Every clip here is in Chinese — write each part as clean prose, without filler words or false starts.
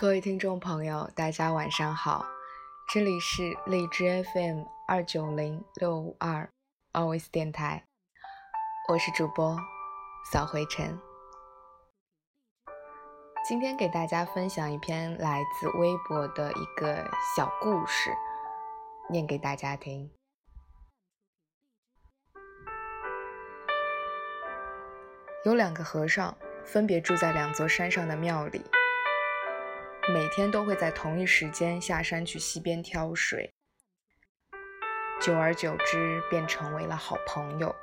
各位听众朋友，大家晚上好，这里是荔枝 FM290652 Always 电台，我是主播扫灰尘。今天给大家分享一篇来自微博的一个小故事，念给大家听。有两个和尚分别住在两座山上的庙里，每天都会在同一时间下山去溪边挑水，久而久之便成为了好朋友。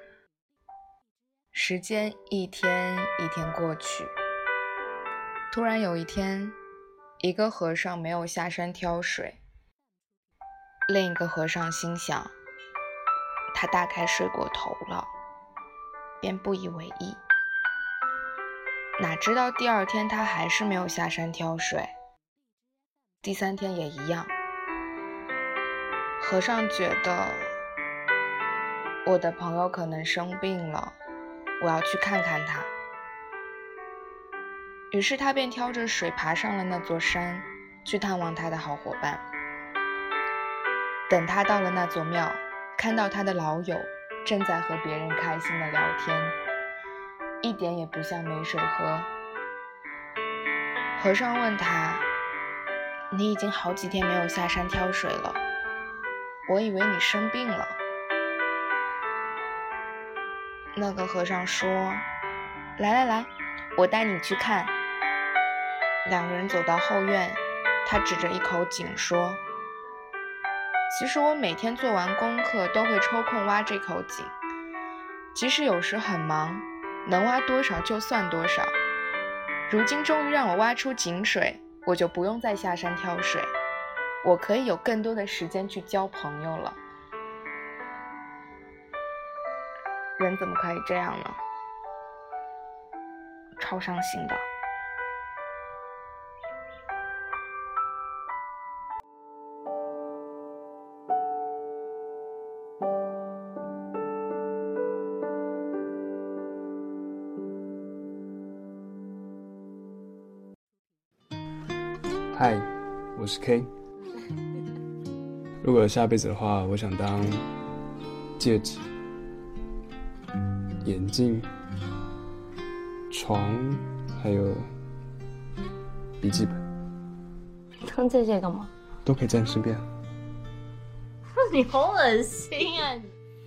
时间一天一天过去，突然有一天，一个和尚没有下山挑水，另一个和尚心想，他大概睡过头了，便不以为意。哪知道第二天他还是没有下山挑水，第三天也一样。和尚觉得我的朋友可能生病了，我要去看看他。于是他便挑着水爬上了那座山，去探望他的好伙伴。等他到了那座庙，看到他的老友正在和别人开心的聊天，一点也不像没水喝。和尚问他，你已经好几天没有下山挑水了，我以为你生病了。那个和尚说，来，我带你去看。两个人走到后院，他指着一口井说，其实我每天做完功课都会抽空挖这口井，即使有时很忙，能挖多少就算多少。如今终于让我挖出井水，我就不用再下山挑水，我可以有更多的时间去交朋友了。人怎么可以这样呢？超伤心的。 嗨，我是 K。 如果下辈子的话，我想当戒指、眼镜、床，还有笔记本。 当这些干嘛？ 都可以在你身边。 你好恶心啊！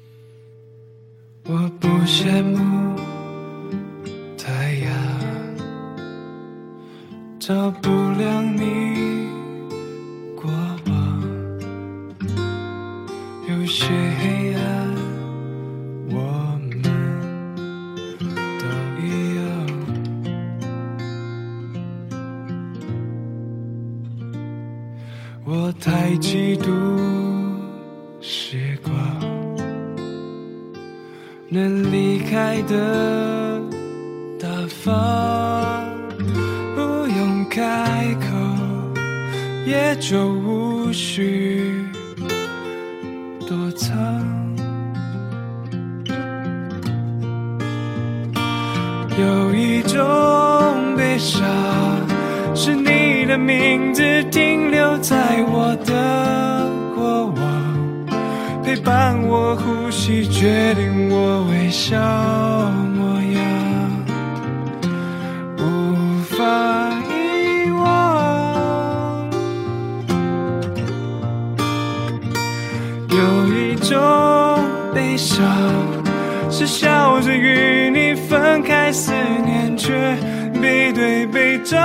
我不羡慕太阳，照不亮你过往，有些黑暗我们都一样。我太嫉妒时光能离开的大方，不用开口也就无需躲藏。有一种悲伤，是你的名字停留在我的过往，陪伴我呼吸，决定我微笑模样，无法遗忘。有一种悲伤，是笑着与你分开思念，却背对背张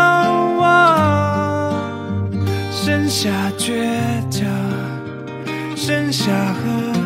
望，剩下倔强，剩下和